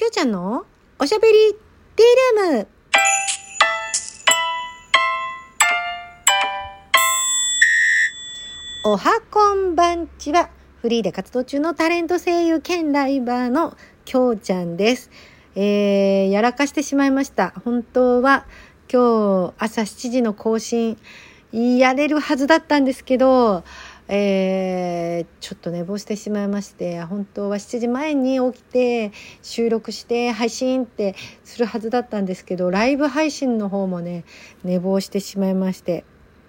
ょうちゃんのおしゃべりティールーム。おはこんばんちは。フリーで活動中のタレント声優兼ライバーのきょうちゃんです。やらかしてしまいました。本当は今日朝7時の更新やれるはずだったんですけど、ちょっと寝坊してしまいまして、本当は7時前に起きて収録して配信ってするはずだったんですけど、ライブ配信の方もね寝坊してしまいまして、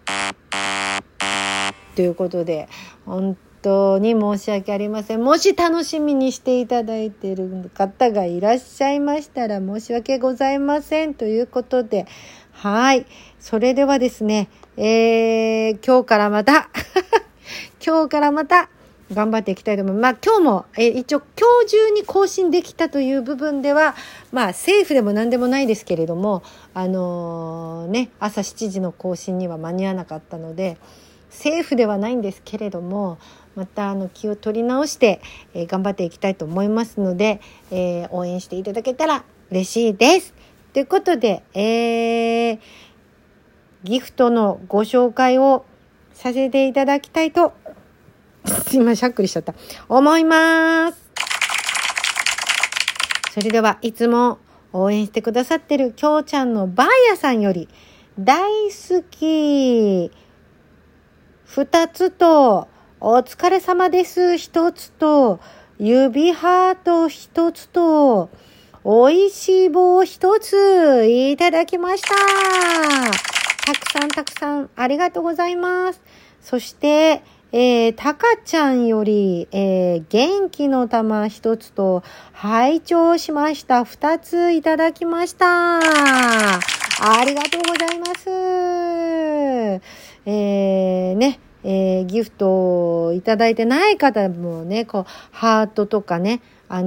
ということで本当に申し訳ありません。もし楽しみにしていただいている方がいらっしゃいましたら申し訳ございませんということで、はい、それではですね、今日からまた頑張っていきたいと思います。今日も、一応今日中に更新できたという部分ではセーフでも何でもないですけれども、朝7時の更新には間に合わなかったのでセーフではないんですけれども、また気を取り直して、頑張っていきたいと思いますので、応援していただけたら嬉しいです。ということで、ギフトのご紹介をさせていただきたいと今しゃっくりしちゃった思います。それではいつも応援してくださってるきょうちゃんのばあやさんより大好き2つとお疲れ様です1つと指ハート1つとおいしい棒1ついただきました。たくさんありがとうございます。そしてたかちゃんより、元気の玉1つと拝聴しました2ついただきました。ありがとうございます。ギフトをいただいてない方もね、ハートとかね、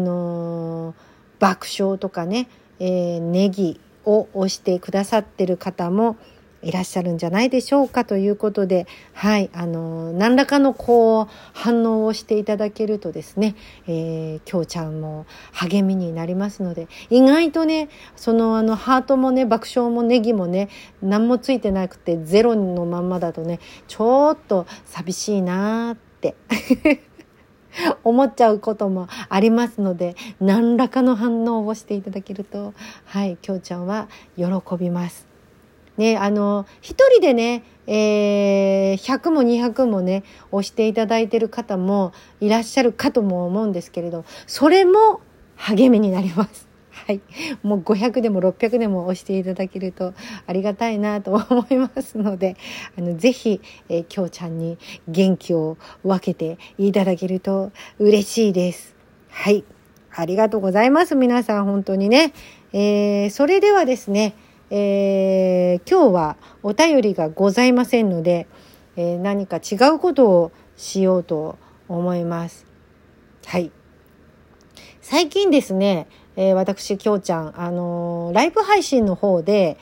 爆笑とかね、ネギを押してくださってる方もいらっしゃるんじゃないでしょうかということで、はい、何らかの反応をしていただけるとですね、きょうちゃんも励みになりますので、意外とね、ハートもね、爆笑もネギもね、何もついてなくてゼロのまんまだとね、ちょっと寂しいなって思っちゃうこともありますので、何らかの反応をしていただけると、はい、きょうちゃんは喜びますね。一人でね、100も200もね押していただいている方もいらっしゃるかとも思うんですけれど、それも励みになります。はい、もう500でも600でも押していただけるとありがたいなと思いますので、ぜひ、きょうちゃんに元気を分けていただけると嬉しいです。はい、ありがとうございます。皆さん本当にね、それではですね、今日はお便りがございませんので、何か違うことをしようと思います。はい。最近ですね、私きょうちゃんライブ配信の方で、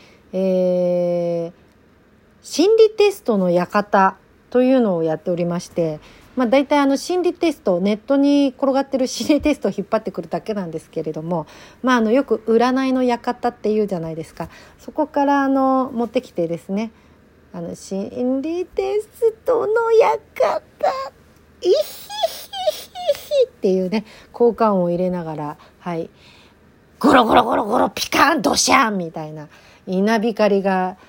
心理テストの館というのをやっておりまして、だいたい心理テスト、ネットに転がってる心理テストを引っ張ってくるだけなんですけれども、よく占いの館っていうじゃないですか。そこから持ってきてですね、心理テストの館イヒヒヒヒっていうね効果音を入れながら、はい、ゴロゴロゴロゴロピカンドシャンみたいな稲妻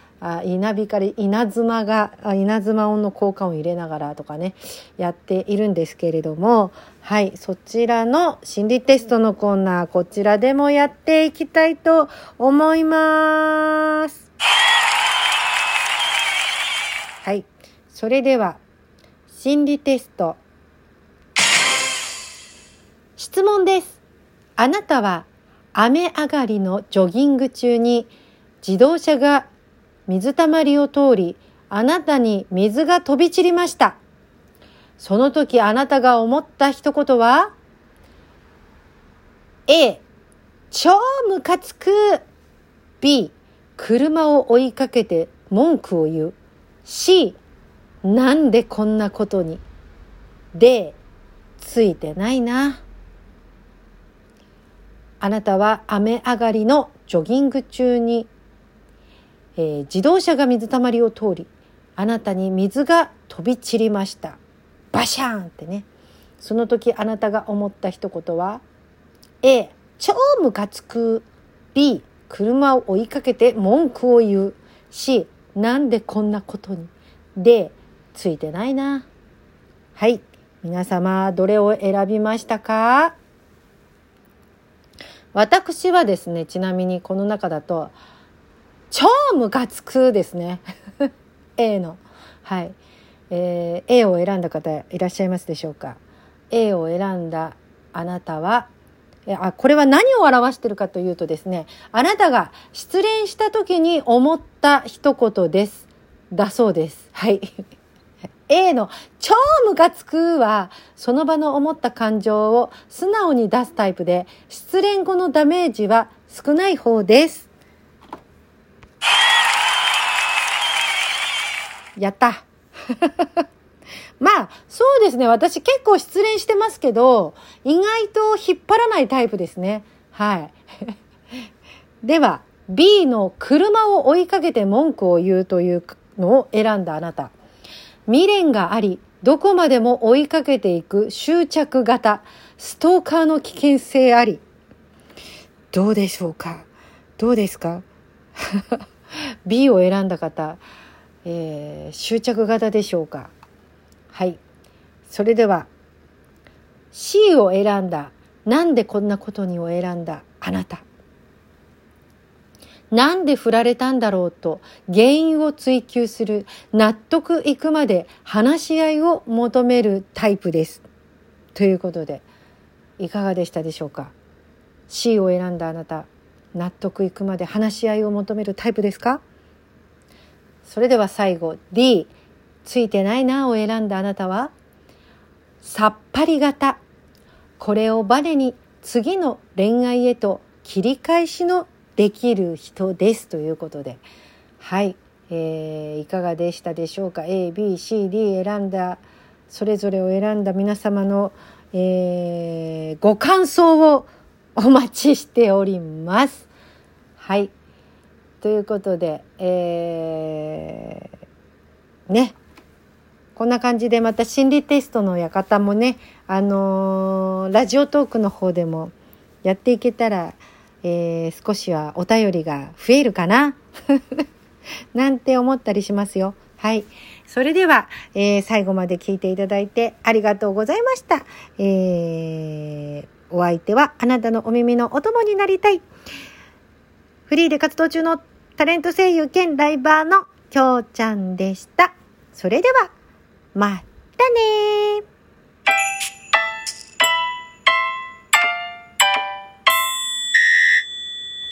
音の効果音を入れながらとかねやっているんですけれども、はい、そちらの心理テストのコーナー、こちらでもやっていきたいと思います。はい、それでは心理テスト質問です。あなたは雨上がりのジョギング中に自動車が水たまりを通り、あなたに水が飛び散りました。その時あなたが思った一言は A、 超ムカつく。 B、 車を追いかけて文句を言う。 C、 なんでこんなことに。 D、 ついてないな。 あなたは雨上がりのジョギング中に、自動車が水たまりを通り、あなたに水が飛び散りました。バシャーンってね。その時あなたが思った一言は A、超ムカつく。 B、車を追いかけて文句を言う。 C、なんでこんなことに。 D、ついてないな。はい、皆様どれを選びましたか？私はですね、ちなみにこの中だと超ムカつくですねA の、はい、A を選んだ方いらっしゃいますでしょうか。 A を選んだあなたは、これは何を表しているかというとですね、あなたが失恋した時に思った一言です。だそうです。はいA の超ムカつくはその場の思った感情を素直に出すタイプで、失恋後のダメージは少ない方です。やったまあそうですね、私結構失恋してますけど意外と引っ張らないタイプですね。はいでは B の車を追いかけて文句を言うというのを選んだあなた、未練がありどこまでも追いかけていく執着型、ストーカーの危険性あり。どうでしょうか、どうですかB を選んだ方、執着型でしょうか。はい、それでは C を選んだ、なんでこんなことにを選んだあなた、なんで振られたんだろうと原因を追求する、納得いくまで話し合いを求めるタイプですということで、いかがでしたでしょうか。 C を選んだあなた、納得いくまで話し合いを求めるタイプですか？それでは最後 D、 ついてないなを選んだあなたはさっぱり型、これをバネに次の恋愛へと切り返しのできる人ですということで、はい、いかがでしたでしょうか。 A、B、C、D 選んだ、それぞれを選んだ皆様の、ご感想をお待ちしております。はい、ということで、ね、こんな感じでまた心理テストの館もね、ラジオトークの方でもやっていけたら、少しはお便りが増えるかななんて思ったりしますよ。はい、それでは、最後まで聞いていただいてありがとうございました。お相手はあなたのお耳のお供になりたいフリーで活動中のタレント声優兼ライバーのきょうちゃんでした。それではまたね。